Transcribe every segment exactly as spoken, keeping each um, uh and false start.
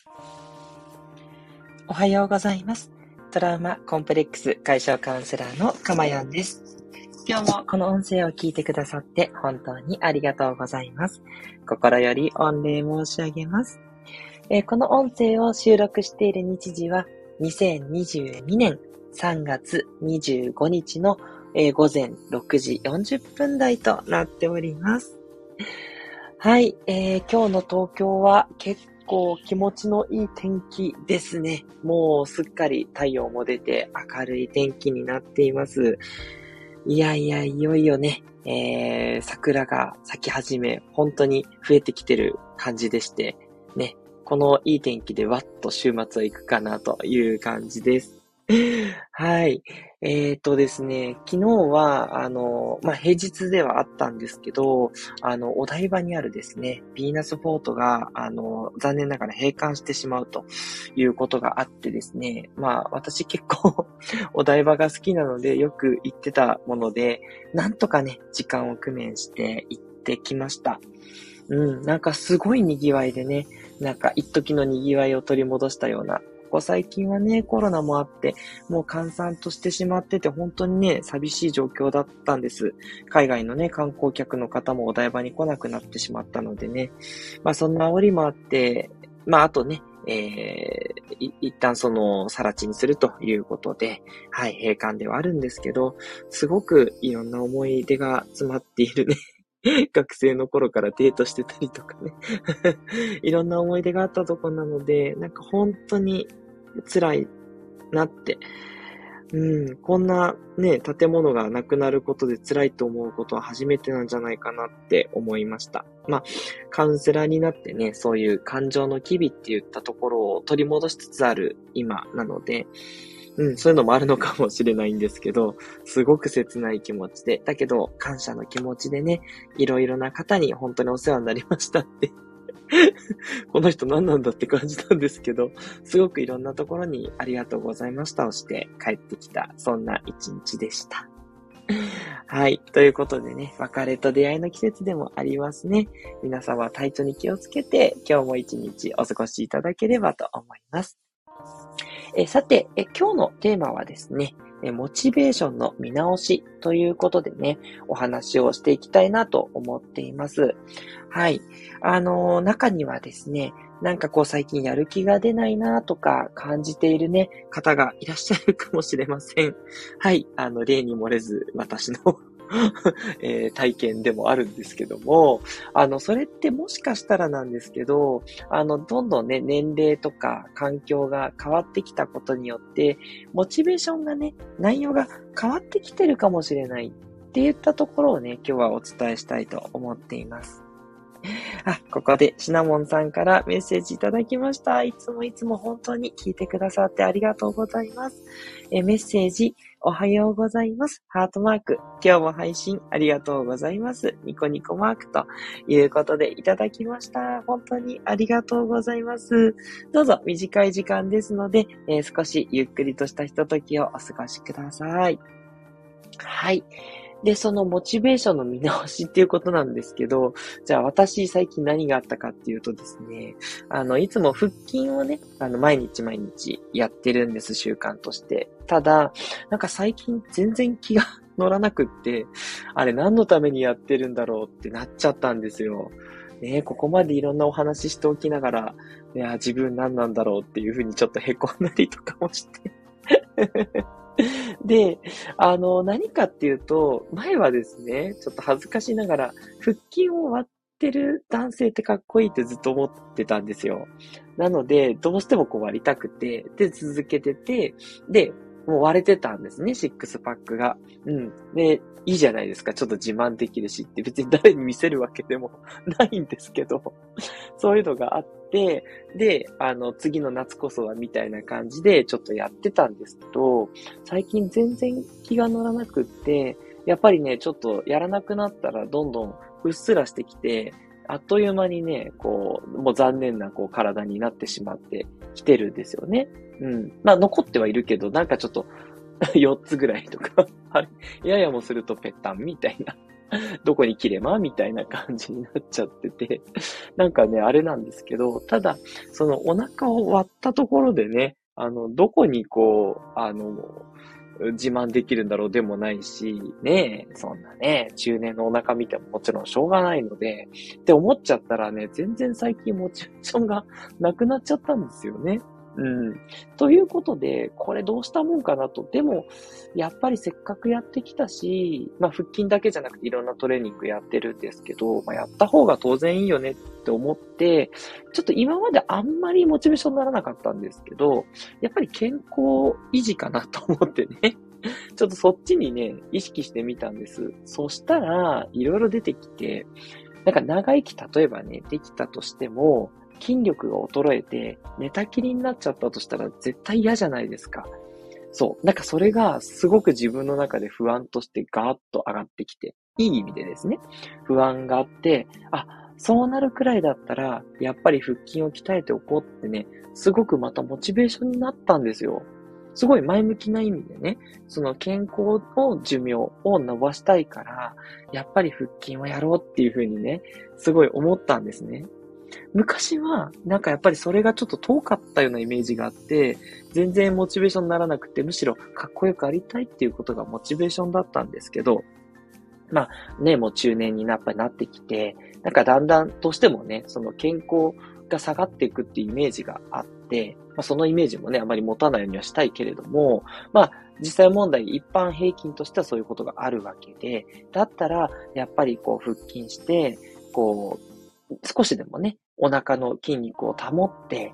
おはようございます。トラウマコンプレックス解消カウンセラーのかまやんです。今日もこの音声を聞いてくださって本当にありがとうございます。心より御礼申し上げます。えー、この音声を収録している日時はにせんにじゅうにねんさんがつにじゅうごにちの、えー、午前ろくじよんじゅっぷん台となっております。はい、えー、今日の東京は結構気持ちのいい天気ですね。もうすっかり太陽も出て明るい天気になっています。いやいや、いよいよね、えー、桜が咲き始め、本当に増えてきてる感じでして、ね、このいい天気でわっと週末は行くかなという感じです。はい。えっとですね、昨日は、あの、まあ、平日ではあったんですけど、あの、お台場にあるですね、ヴィーナスフォートが、あの、残念ながら閉館してしまうということがあってですね、まあ、私結構お台場が好きなので、よく行ってたもので、なんとかね、時間を工面して行ってきました。うん、なんかすごい賑わいでね、なんか一時の賑わいを取り戻したような、ここ最近はね、コロナもあって、もう閑散としてしまってて、本当にね、寂しい状況だったんです。海外のね、観光客の方もお台場に来なくなってしまったのでね。まあそんな煽りもあって、まああとね、えー、一旦その、更地にするということで、はい、閉館ではあるんですけど、すごくいろんな思い出が詰まっているね。学生の頃からデートしてたりとかね。いろんな思い出があったとこなので、なんか本当に辛いなって。うん、こんなね、建物がなくなることで辛いと思うことは初めてなんじゃないかなって思いました。まあ、カウンセラーになってね、そういう感情の機微って言ったところを取り戻しつつある今なので、うん、そういうのもあるのかもしれないんですけど、すごく切ない気持ちで、だけど感謝の気持ちでね、いろいろな方に本当にお世話になりましたってこの人何なんだって感じなんですけど、すごくいろんなところにありがとうございましたをして帰ってきた、そんな一日でした。はい。ということでね、別れと出会いの季節でもありますね。皆様体調に気をつけて、今日も一日お過ごしいただければと思います。えさてえ、今日のテーマはですね、モチベーションの見直しということでね、お話をしていきたいなと思っています。はい。あのー、中にはですね、なんかこう最近やる気が出ないなとか感じているね、方がいらっしゃるかもしれません。はい。あの、例に漏れず私のえー、体験でもあるんですけども、あの、それってもしかしたらなんですけど、あの、どんどんね、年齢とか環境が変わってきたことによって、モチベーションがね、内容が変わってきてるかもしれないって言ったところをね、今日はお伝えしたいと思っています。あ、ここでシナモンさんからメッセージいただきました。いつもいつも本当に聞いてくださってありがとうございます。えメッセージ、おはようございます。ハートマーク。今日も配信ありがとうございます。ニコニコマークということでいただきました。本当にありがとうございます。どうぞ短い時間ですので、えー、少しゆっくりとしたひとときをお過ごしください。はい。で、そのモチベーションの見直しっていうことなんですけど、じゃあ私最近何があったかっていうとですね、あの、いつも腹筋をね、あの、毎日毎日やってるんです、習慣として。ただ、なんか最近全然気が乗らなくって、あれ何のためにやってるんだろうってなっちゃったんですよ。ね、ここまでいろんなお話ししておきながら、いや、自分何なんだろうっていうふうにちょっと凹んだりとかもして。で、あの、何かっていうと、前はですね、ちょっと恥ずかしながら、腹筋を割ってる男性ってかっこいいってずっと思ってたんですよ。なので、どうしてもこう割りたくて、で、続けてて、で、もう割れてたんですね、シックスパックが。うん。で、いいじゃないですか。ちょっと自慢できるしって、別に誰に見せるわけでもないんですけど、そういうのがあって、で、あの、次の夏こそはみたいな感じでちょっとやってたんですけど、最近全然気が乗らなくって、やっぱりね、ちょっとやらなくなったらどんどんうっすらしてきて、あっという間にね、こう、もう残念なこう体になってしまってきてるんですよね。うん。まあ残ってはいるけど、なんかちょっとよっつぐらいとか、あれ、ややもするとぺったんみたいなどこに切れまみたいな感じになっちゃってて、なんかね、あれなんですけど、ただ、そのお腹を割ったところでね、あの、どこにこう、あの、自慢できるんだろうでもないし、ねえ、そんなね、中年のお腹見てももちろんしょうがないので、って思っちゃったらね、全然最近モチベーションがなくなっちゃったんですよね。うん。ということで、これどうしたもんかなと。でも、やっぱりせっかくやってきたし、まあ腹筋だけじゃなくていろんなトレーニングやってるんですけど、まあやった方が当然いいよねって思って、ちょっと今まであんまりモチベーションにならなかったんですけど、やっぱり健康維持かなと思ってね。ちょっとそっちにね、意識してみたんです。そしたら、いろいろ出てきて、なんか長生き例えばね、できたとしても、筋力が衰えて寝たきりになっちゃったとしたら絶対嫌じゃないですか。そう。なんかそれがすごく自分の中で不安としてガーッと上がってきて、いい意味でですね、不安があって、あ、そうなるくらいだったら、やっぱり腹筋を鍛えておこうってね、すごくまたモチベーションになったんですよ。すごい前向きな意味でね、その健康の寿命を伸ばしたいから、やっぱり腹筋をやろうっていうふうにね、すごい思ったんですね。昔は、なんかやっぱりそれがちょっと遠かったようなイメージがあって、全然モチベーションにならなくて、むしろかっこよくありたいっていうことがモチベーションだったんですけど、まあね、もう中年にやっぱりなってきて、なんかだんだんどうしてもね、その健康が下がっていくっていうイメージがあって、まあそのイメージもね、あまり持たないようにはしたいけれども、まあ実際問題一般平均としてはそういうことがあるわけで、だったらやっぱりこう腹筋して、こう、少しでもね、お腹の筋肉を保って、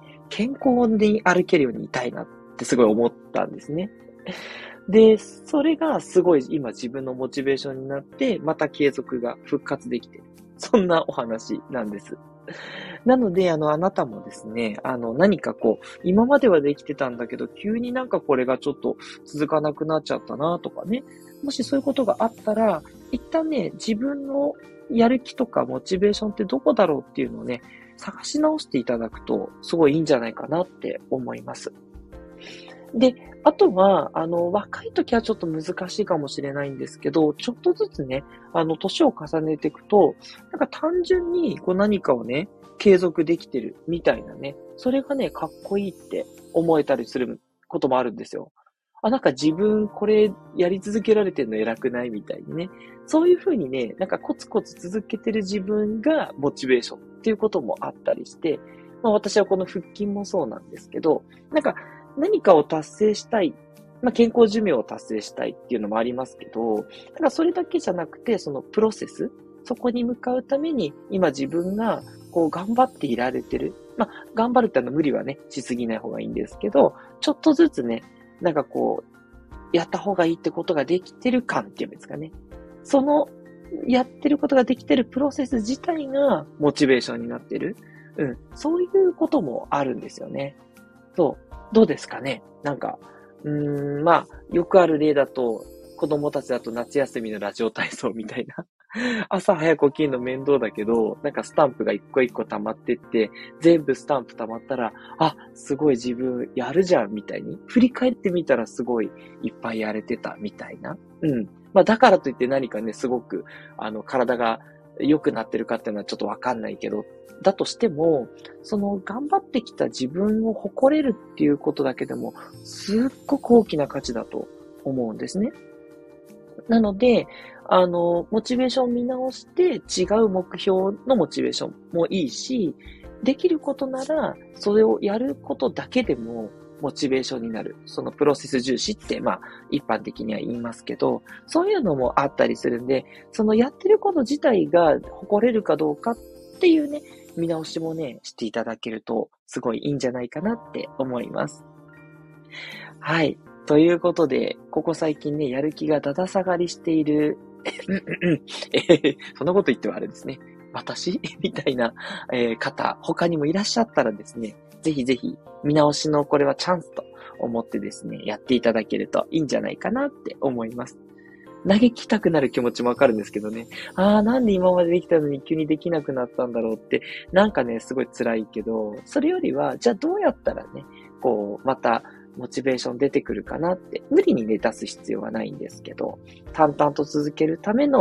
健康に歩けるようにいたいなってすごい思ったんですね。で、それがすごい今自分のモチベーションになって、また継続が復活できている。そんなお話なんです。なので、あの、あなたもですね、あの、何かこう、今まではできてたんだけど、急になんかこれがちょっと続かなくなっちゃったなとかね。もしそういうことがあったら、一旦ね、自分のやる気とかモチベーションってどこだろうっていうのをね、探し直していただくと、すごいいいんじゃないかなって思います。で、あとは、あの、若い時はちょっと難しいかもしれないんですけど、ちょっとずつね、あの、年を重ねていくと、なんか単純にこう何かをね、継続できてるみたいなね、それがね、かっこいいって思えたりすることもあるんですよ。あ、なんか自分これやり続けられてるの偉くないみたいにね。そういうふうにね、なんかコツコツ続けてる自分がモチベーションっていうこともあったりして、まあ私はこの腹筋もそうなんですけど、なんか何かを達成したい。まあ、健康寿命を達成したいっていうのもありますけど、ただそれだけじゃなくて、そのプロセス、そこに向かうために、今自分がこう頑張っていられてる。まあ、頑張るってのは無理はね、しすぎない方がいいんですけど、ちょっとずつね、なんかこう、やった方がいいってことができてる感っていうんですかね。その、やってることができてるプロセス自体がモチベーションになってる。うん。そういうこともあるんですよね。そう。どうですかねなんか、うーん、まあ、よくある例だと、子供たちだと夏休みのラジオ体操みたいな。朝早く起きるの面倒だけど、なんかスタンプが一個一個溜まってって、全部スタンプ溜まったら、あ、すごい自分やるじゃんみたいに。振り返ってみたらすごいいっぱいやれてたみたいな。うん。まあだからといって何かね、すごく、あの、体が良くなってるかっていうのはちょっとわかんないけど、だとしても、その頑張ってきた自分を誇れるっていうことだけでも、すっごく大きな価値だと思うんですね。なので、あの、モチベーションを見直して違う目標のモチベーションもいいし、できることなら、それをやることだけでもモチベーションになる。そのプロセス重視って、まあ、一般的には言いますけど、そういうのもあったりするんで、そのやってること自体が誇れるかどうかっていうね、見直しもね、していただけると、すごいいいんじゃないかなって思います。はい。ということで、ここ最近ね、やる気がだだ下がりしている、えーそんなこと言ってはあれですね。私みたいな、えー方、他にもいらっしゃったらですね、ぜひぜひ見直しのこれはチャンスと思ってですね、やっていただけるといいんじゃないかなって思います。嘆きたくなる気持ちもわかるんですけどね。ああ、なんで今までできたのに急にできなくなったんだろうって、なんかね、すごい辛いけど、それよりは、じゃあどうやったらね、こう、また、モチベーション出てくるかなって、無理にね、出す必要はないんですけど、淡々と続けるための、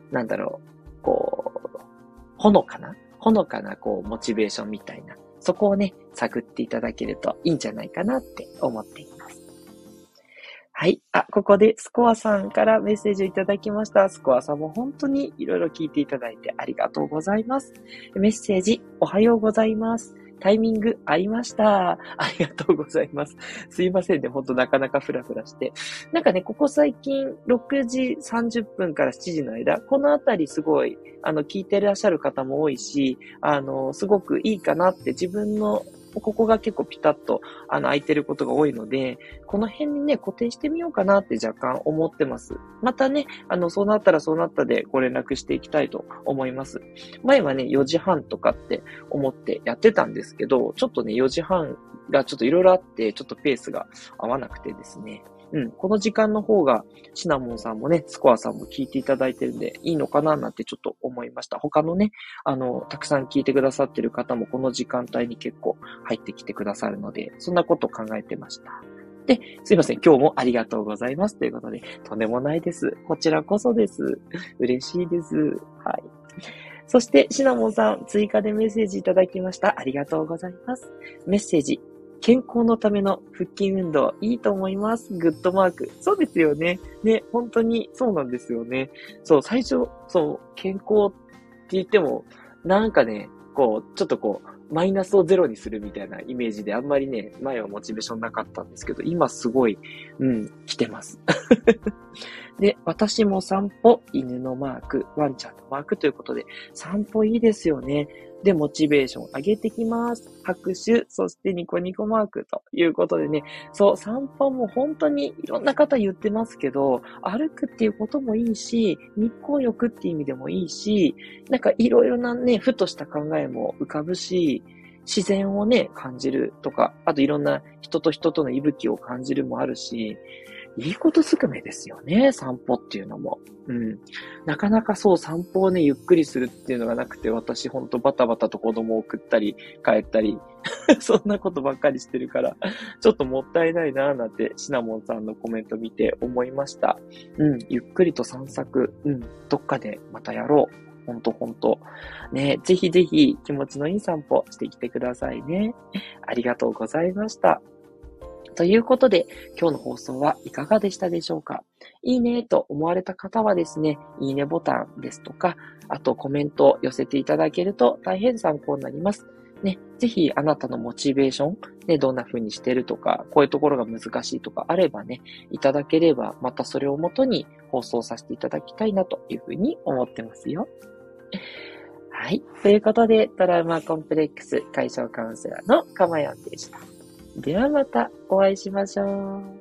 なんだろう、こう、ほのかなほのかな、こう、モチベーションみたいな、そこをね、探っていただけるといいんじゃないかなって思っています。はい。あ、ここでスコアさんからメッセージをいただきました。スコアさんも本当にいろいろ聞いていただいてありがとうございます。メッセージ、おはようございます。タイミング合いました。ありがとうございます。すいませんね。ほんとなかなかフラフラして。なんかね、ここ最近ろくじさんじゅっぷんからしちじの間、このあたりすごい、あの、聞いてらっしゃる方も多いし、あの、すごくいいかなって自分のここが結構ピタッと、あの、空いてることが多いので、この辺にね、固定してみようかなって若干思ってます。またね、あの、そうなったらそうなったでご連絡していきたいと思います。前はね、よじはんとかって思ってやってたんですけど、ちょっとね、よじはんがちょっといろいろあって、ちょっとペースが合わなくてですね。うん、この時間の方が、シナモンさんもね、スコアさんも聞いていただいてるんで、いいのかななんてちょっと思いました。他のね、あの、たくさん聞いてくださってる方もこの時間帯に結構入ってきてくださるので、そんなことを考えてました。で、すいません。今日もありがとうございます。ということで、とんでもないです。こちらこそです。嬉しいです。はい。そして、シナモンさん、追加でメッセージいただきました。ありがとうございます。メッセージ。健康のための腹筋運動、いいと思います。グッドマーク。そうですよね。ね、本当にそうなんですよね。そう、最初、そう、健康って言っても、なんかね、こう、ちょっとこう、マイナスをゼロにするみたいなイメージで、あんまりね、前はモチベーションなかったんですけど、今すごい、うん、来てます。で、私も散歩、犬のマーク、ワンちゃんのマークということで、散歩いいですよね。で、モチベーション上げてきます。拍手、そしてニコニコマークということでね、そう、散歩も本当にいろんな方言ってますけど、歩くっていうこともいいし、日光浴っていう意味でもいいし、なんかいろいろなね、ふとした考えも浮かぶし、自然をね、感じるとか、あといろんな人と人との息吹を感じるもあるし、いいことずくめですよね、散歩っていうのも。うん。なかなかそう散歩をね、ゆっくりするっていうのがなくて、私ほんとバタバタと子供を送ったり、帰ったり、そんなことばっかりしてるから、ちょっともったいないなぁなんて、シナモンさんのコメント見て思いました。うん、ゆっくりと散策、うん、どっかでまたやろう。ほんとほんと。ね、ぜひぜひ気持ちのいい散歩してきてくださいね。ありがとうございました。ということで、今日の放送はいかがでしたでしょうか？いいねと思われた方はですね、いいねボタンですとか、あとコメントを寄せていただけると大変参考になります。ね、ぜひあなたのモチベーション、ね、どんな風にしてるとか、こういうところが難しいとかあればね、いただければ、またそれをもとに放送させていただきたいなという風に思ってますよ。はい。ということで、トラウマコンプレックス解消カウンセラーのかまやんでした。ではまたお会いしましょう。